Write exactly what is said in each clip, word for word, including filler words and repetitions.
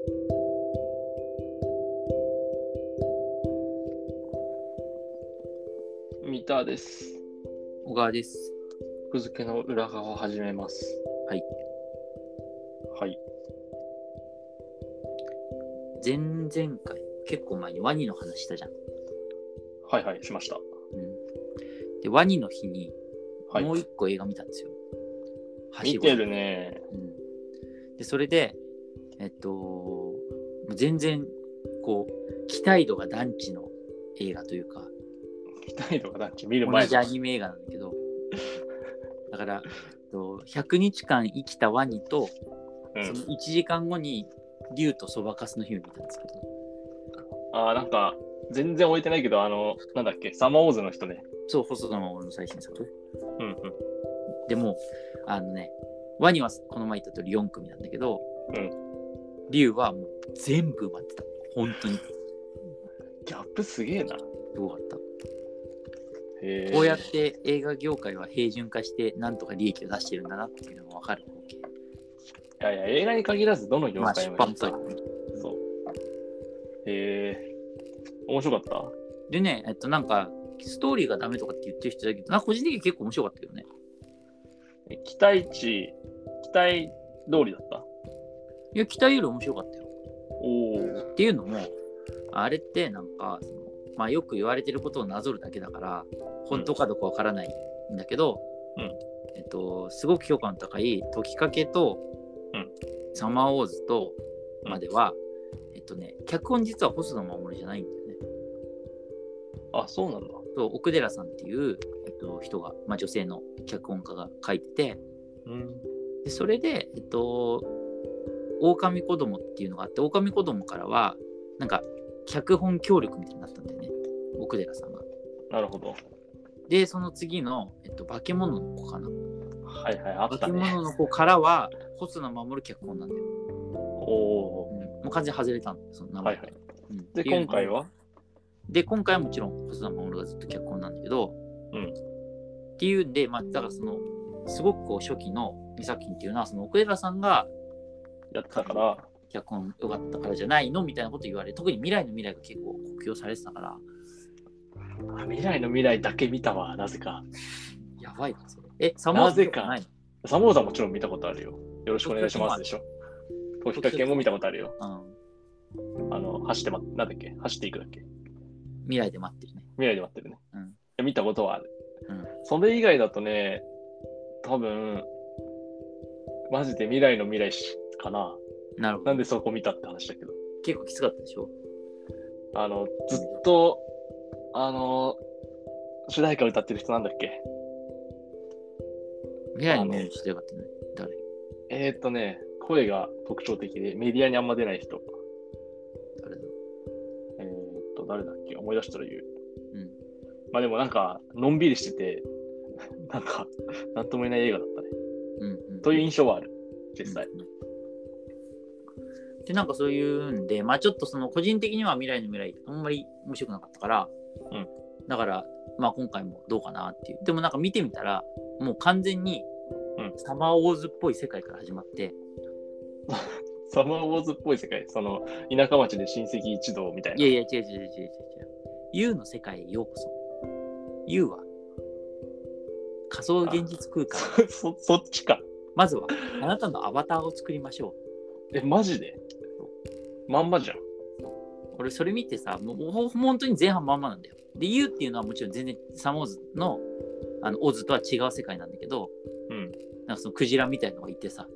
三田です。 小川です。 福付けの裏側を始めます。 はい。 はい。 前々回、結構前にワニの話したじゃん。 はいはい、しました。 うん。で、ワニの日にはいもう一個映画見たんですよ。 見てるね。 うん。で、それで、えっと、もう全然、こう、期待度が団地の映画というか、 期待度が団地見る前同じアニメ映画なんだけど、だから、えっと、ひゃくにちかん生きたワニと、 うん、 そのいちじかんごに竜とそばかすの日を見たんですけど。 ああ、なんか、全然置いてないけど、あの、なんだっけ、サマーウォーズの人ね。 そう、細田守の最新作。 うんうん。 でも、あのね、ワニはこの前言った通りよん組なんだけど、 うん。 竜はもう全部埋まってた。本当に。 ギャップすげえな。 どうだった？ へえ。 こうやって映画業界は平準化してなんとか利益を出してるんだなっていうのが分かる光景。 いやいや、映画に限らずどの業界もまあ、出版もそうだね。 そう。へえ。面白かった？ でね、えっとなんか、ストーリーがダメとかって言ってる人だけど、なんか個人的に結構面白かったけどね。 期待値、期待通りだった？ いや、期待より面白かったよ。 おお。 っていうのも、あれってなんか、そのまあ、よく言われてることをなぞるだけだから、本当かどうかわからないんだけど、 うん、 えっと、すごく評価の高い時かけと、 うん、 サマーウォーズとまでは、うん、えっとね、脚本実は細田守じゃないんだよね。 あ、そうなんだ。 そう、奥寺さんっていう、えっと、人が、まあ、女性の脚本家が書いてて、 うん、 でそれで、えっと、狼子供っていうのがあって、狼子供からは、なんか、脚本協力みたいになったんだよね、奥寺さんが。 なるほど。 で、その次の、えっと、化け物の子かな。 はいはい、あったね。 化け物の子からは、細田守脚本なんだよ。 おお、 うん、もう完全に外れたんだよ、その名前。 はいはい。 うん、 で、今回はで、今回はもちろん細田守がずっと脚本なんだけど、 うん。 っていうんで、まあ、だからその、すごくこう初期のにさく品っていうのは、その奥寺さんがやったから、 脚本良かったからじゃないのみたいなこと言われ、特に未来の未来が結構酷評されてたから、 あ、未来の未来だけ見たわ、なぜか。 やばいな、それ。え、サモーズかないの？ サモーズはもちろん見たことあるよ。よろしくお願いしますでしょ。時かけも見たことあるよ。 うん。 あの、走ってま、なんだっけ走っていくだっけ未来で待ってるね。 未来で待ってるね。うん。見たことはある。 うん。 それ以外だとね、多分、マジで未来の未来かな。 なるほど。 なんでそこ見たって話だけど。 結構きつかったでしょ？ あの、ずっと、あの、主題歌歌ってる人なんだっけ？ 未来の未来にしてよかったね。誰？ えーっとね、声が特徴的で、メディアにあんま出ない人。 誰だ？ えーっと、誰だっけ？思い出したら言う。 うん。 まあでもなんか、のんびりしてて、なんか、なんとも言えない映画だったね。 うんうん、 という印象はある、実際。 うんうん、で、なんかそういうんで、まあちょっとその個人的には未来の未来、あんまり面白くなかったから、 うん、 だから、まあ今回もどうかなっていう。でもなんか見てみたら、もう完全にサマーウォーズっぽい世界から始まって。 うん、サマーウォーズっぽい世界、その田舎町で親戚一同みたいな。 いやいや、違う違う違う違う違う。ユーの世界へようこそ。ユーは仮想現実空間。 そ, そ, そっちか。 まずはあなたのアバターを作りましょう。え、マジで？まんまじゃん。 俺それ見てさ、もう本当に前半まんまなんだよ。で、ユーっていうのはもちろん全然サモーズのあのオズとは違う世界なんだけど、 うん、 なんかそのクジラみたいのがいてさ。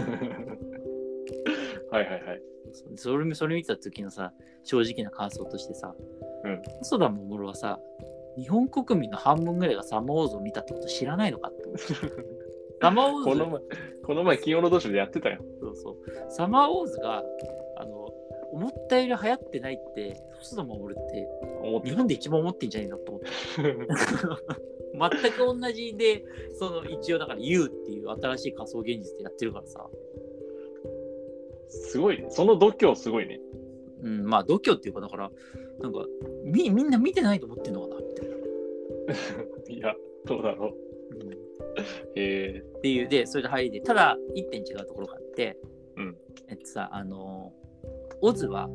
はいはいはい。 それそれ見た時のさ、正直な感想としてさ、 うん、 細田守はさ、日本国民の半分ぐらいがサマーウォーズを見たってこと知らないのかって思って。サマーウォーズこの前、この前金曜ロードショーでやってたよ。 そうそう。サマーウォーズがあの思ったより流行ってないって、細田守って日本で一番思ってんじゃないのと思って。全く同じで、その一応だから ユー っていう新しい仮想現実でやってるからさ。 すごいね。その度胸すごいね。 うん、まあ度胸っていうかだからなんか み, みんな見てないと思ってんのかなみたいな。 いや、どうだろう。うん、へえ。 っていうでそれで入りで、ただ一点違うところがあって、 うん、 えっとさあのオズは、 うん、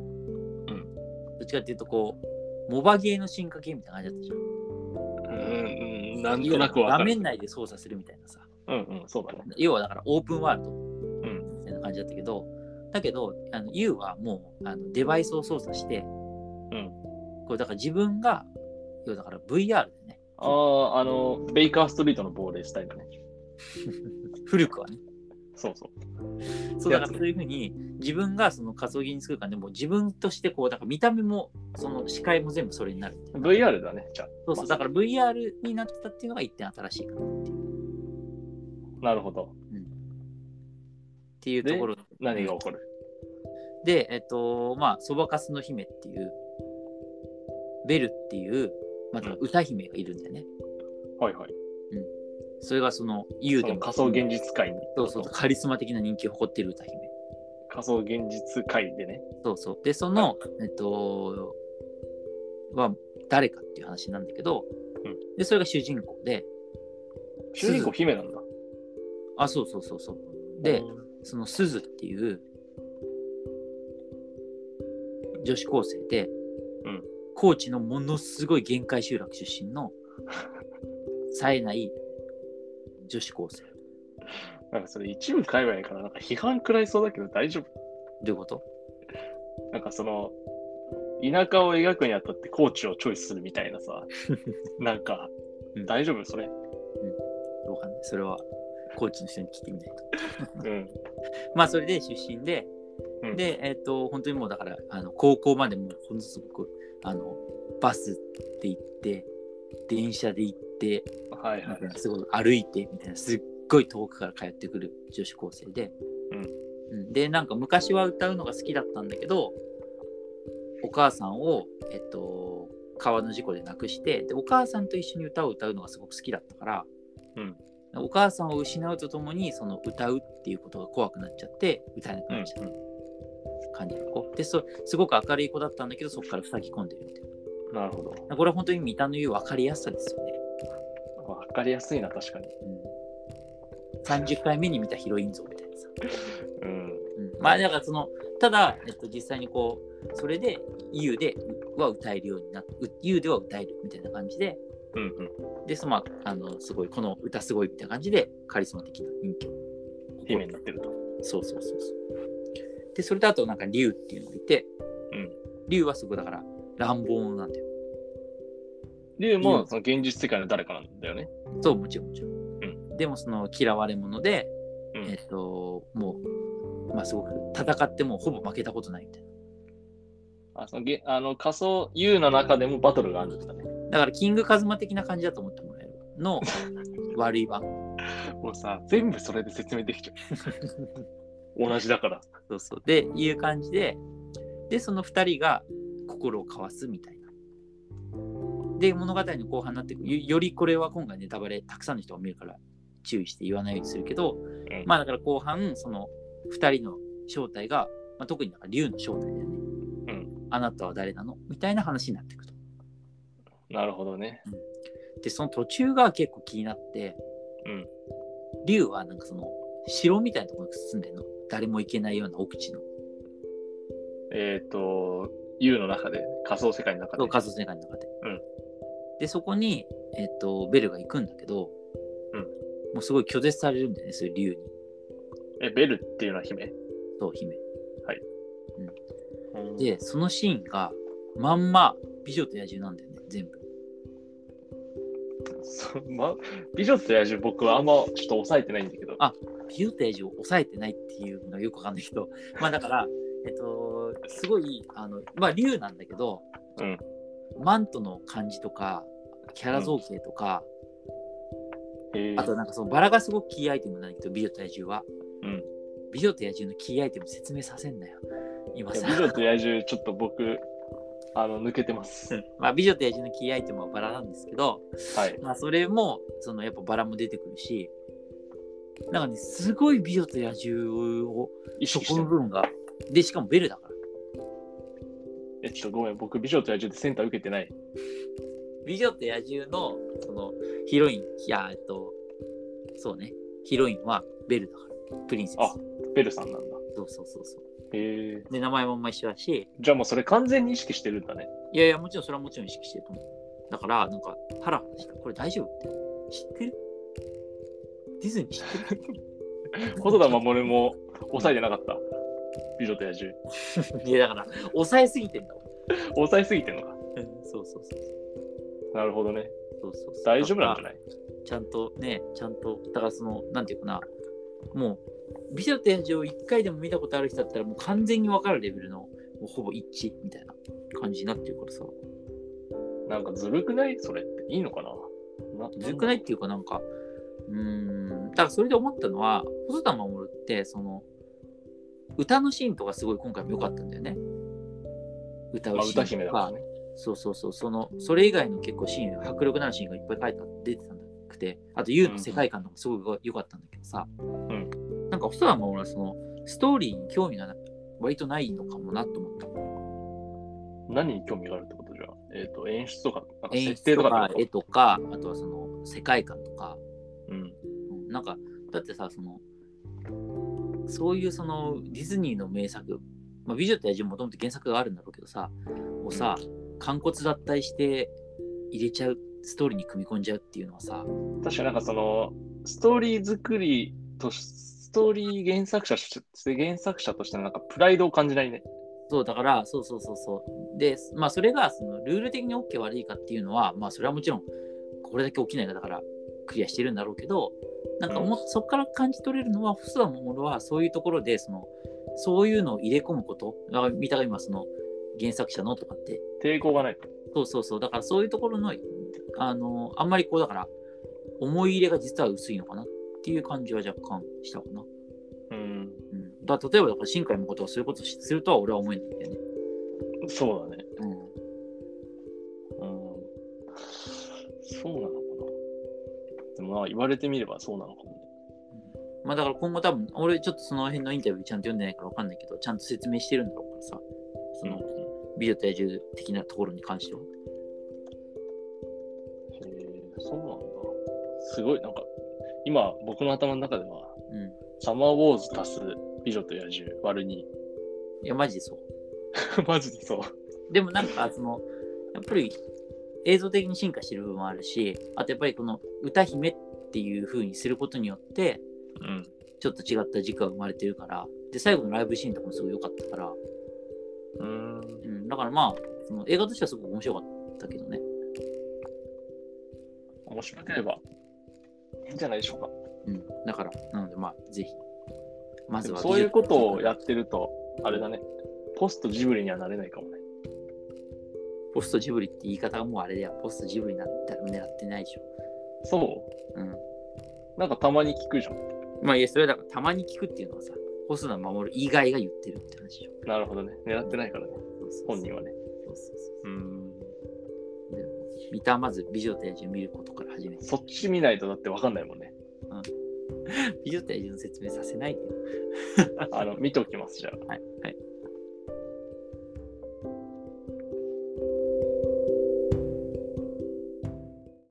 どっちかっていうとこうモバゲーの進化系みたいな感じだったじゃん。 うんうん、なんとなくわかる。 画面内で操作するみたいなさ。 うんうん、そうだね。 要はだからオープンワールドうんみたいな感じだったけど、だけどあの ユー はもうあのデバイスを操作して、うん、これだから自分が要はだから ブイアール でね。 ああ、あのベイカーストリートの亡霊スタイルね。 古くはね。 そうそう。 そうだからそういうふうに自分がその仮想現実空間でも自分としてこうだから見た目もその視界も全部それになる。 ブイアール だね、じゃあ。 そうそう、だから ブイアール になってたっていうのが一点新しいかなっていう。 なるほど。 うん、っていうところで。 何が起こる？ で、えっと、まあ、そばかすの姫っていう、ベルっていう、また歌姫がいるんだよね。 うん、はいはい。 うん。それがその、ユーでも仮想現実界に。 そうそう、カリスマ的な人気を誇っている歌姫。 仮想現実界でね。 そうそう。で、その、はい、えっと、は誰かっていう話なんだけど、うん、で、それが主人公で。 主人公姫なんだ。 あ、そうそうそうそう。で、そのすずっていう女子高生で、うん、高知のものすごい限界集落出身の冴えない女子高生。 なんかそれ一部界隈からなんか批判食らいそうだけど大丈夫？どういうこと？ なんかその田舎を描くにあたって高知をチョイスするみたいなさなんか、うん、大丈夫それ？うん、 わかんない。それは高知の人に聞いてみないと。 うん、まあそれで出身で、うん、でえっ、ー、と本当にもうだからあの高校までもほんとすごくあのバスで行って電車で行って、 はいはい、 すごい歩いてみたいなすっごい遠くから通ってくる女子高生で、うんうん、でなんか昔は歌うのが好きだったんだけどお母さんをえっ、ー、と川の事故で亡くしてでお母さんと一緒に歌を歌うのがすごく好きだったから。うんお母さんを失うとともにその歌うっていうことが怖くなっちゃって歌えなくなっちゃった感じの子、うんうん、でそすごく明るい子だったんだけどそこから塞ぎ込んでるっていう。 なるほど。 これは本当に三田の言う分かりやすさですよね。 分かりやすいな確かに、 うん、さんじゅっかいめに見たヒロイン像みたいなさ、うんうん、 まあだからそのただ、えっと、実際にこうそれで ユー では歌えるようになって ユー では歌えるみたいな感じでうんうん、でその、まあ、あのすごいこの歌すごいみたいな感じでカリスマ的な人気を姫になってると。 そうそうそうそう。でそれとあとなんか竜っていうのがいて、うん、竜はすごいだから乱暴なんだよ。 竜もその現実世界の誰かなんだよね。 そうもちろんもちろん。うん、でもその嫌われ者で、うん、えっ、ー、ともうまあすごく戦ってもほぼ負けたことないみたいな。 あそのげあの仮想 ユー の中でもバトルがあるんですかね。 だからキングカズマ的な感じだと思ってもらえるの悪い版。 もうさ、全部それで説明できちゃう。同じだから。 そうそう。で、いう感じで、で、その二人が心を交わすみたいな。で、物語の後半になってくる。よりこれは今回ネタバレたくさんの人が見るから注意して言わないようにするけど、うん、まあだから後半、その二人の正体が、まあ、特になんか竜の正体だよね。うん。あなたは誰なのみたいな話になってくる。 なるほどね、 うん。で、その途中が結構気になって、うん。竜はなんかその城みたいなところに住んでるの。誰も行けないような奥地の。 えっ、ー、と、U の中で、仮想世界の中で。 そう、仮想世界の中で。うん。で、そこに、えっ、ー、と、ベルが行くんだけど、うん。もうすごい拒絶されるんだよね、そういう竜に。 え、ベルっていうのは姫？ そう、姫。 はい。 うん。で、そのシーンが、まんま、美女と野獣なんだよね、全部。 そま、美女と野獣僕はあんまちょっと抑えてないんだけど。 あ、美女と野獣を抑えてないっていうのがよくわかんないけど、まあだから、えっと、すごい、あの、まあ竜なんだけど、うん、マントの感じとか、キャラ造形とか、うん、あとなんかそのバラがすごくキーアイテムなんだけど、美女と野獣は。うん。美女と野獣のキーアイテム説明させんなよ。今さ。 美女と野獣ちょっと僕、あの抜けてます。 まあ美女と野獣のキーアイテムはバラなんですけど、はい、まあそれもそのやっぱバラも出てくるし、なんかねすごい美女と野獣をそこの部分がでしかもベルだから。 えちょっとごめん僕美女と野獣でセンター受けてない。 美女と野獣のそのヒロインいやえっとそうねヒロインはベルだからプリンセス。 あベルさんなんだ。 そうそうそうそう。 へえ。 で、名前もあんま一緒だし。 じゃあもうそれ完全に意識してるんだね。 いやいや、もちろんそれはもちろん意識してると思う。だから、なんか、ハラハラした。これ大丈夫って。知ってる？ディズニー知ってる？ 細田守も抑えてなかった。美女と野獣。 いや、だから、抑えすぎてんだもん。 抑えすぎてんのか。 そうそうそうそう。 なるほどね。 そうそうそう。 大丈夫なんじゃない？ ちゃんとね、ちゃんと、だからその、なんていうかな、もう、美女と野獣を一回でも見たことある人だったら、もう完全に分かるレベルの、もうほぼ一致みたいな感じになってるからさ。 なんかずるくない？それっていいのかな？なずるくないっていうか、なんか、うーん、だからそれで思ったのは、細田守って、その、歌のシーンとかすごい今回も良かったんだよね。歌うシーンとか。 まあ、歌姫だからね。 そうそうそう、その、それ以外の結構シーン、迫力のあるシーンがいっぱい書いてあって出てたんだくて、あと、ユウの世界観とかすごい良かったんだけどさ、うん、なんか細田守はその、ストーリーに興味が割とないのかもなと思った。 何に興味があるってことじゃ？えっ、ー、と、演出とか、なんか演設定とか出とか絵とか、あとはその世界観とか、 うん、 うん、なんかだってさ、そのそういうそのディズニーの名作、まあ、美女と野獣もともと原作があるんだろうけどさ、をさ、完骨脱退して入れちゃう、ストーリーに組み込んじゃうっていうのはさ、 確かになんかそのストーリー作りとストーリー原作者原作者としてのなんかプライドを感じないね。 そうだから、そうそうそうそう。で、まあそれがそのルール的に OK 悪いかっていうのは、まあそれはもちろんこれだけ起きないから、クリアしてるんだろうけど、なんかも、うん、そこから感じ取れるのは、細田守はそういうところで、その、そういうのを入れ込むこと、だから見たが今その原作者のとかって。 抵抗がない。 そうそうそう。だからそういうところの、あの、あんまりこうだから、思い入れが実は薄いのかなっていう感じは若干したかな。 うん。 だから例えばだから新海誠がそういうことをするとは俺は思えないんだよね。 そうだね。 うん。うん。 そうなのかな。でもまあ言われてみればそうなのかも。 うん、まあだから今後多分俺ちょっとその辺のインタビューちゃんと読んでないから分かんないけど、ちゃんと説明してるんだろうからさ、その、うん、美女と野獣的なところに関しては。 へえ、そうなんだ。すごいなんか今僕の頭の中では、うん、サマーウォーズ足す美女と野獣割るに。 いやマジでそう。 マジでそう。 でもなんかそのやっぱり映像的に進化してる部分もあるし、あとやっぱりこの歌姫っていう風にすることによって、うん、ちょっと違った軸が生まれてるから、で最後のライブシーンとかもすごい良かったから、うーん、うん、だからまあその映画としてはすごく面白かったけどね。 面白ければいいんじゃないでしょうか。 うん、だからなのでまあぜひまずはそういうことをやってるとあれだね、ポストジブリにはなれないかもね。 ポストジブリって言い方がもうあれだよ。ポストジブリなんて狙ってないでしょ。 そううん。 なんかたまに聞くじゃん。 まあいや、それだからたまに聞くっていうのはさ、細田守以外が言ってるって話でしょ。 なるほどね。狙ってないからね。そうそうそう本人はね。 そうそうそう。うん。で見たまず美女と野獣見ることから始めて。 そっち見ないとだって分かんないもんね。 うん。美女と野獣の説明させないでよ。 あの、見ておきます、じゃあ。 はい。はい。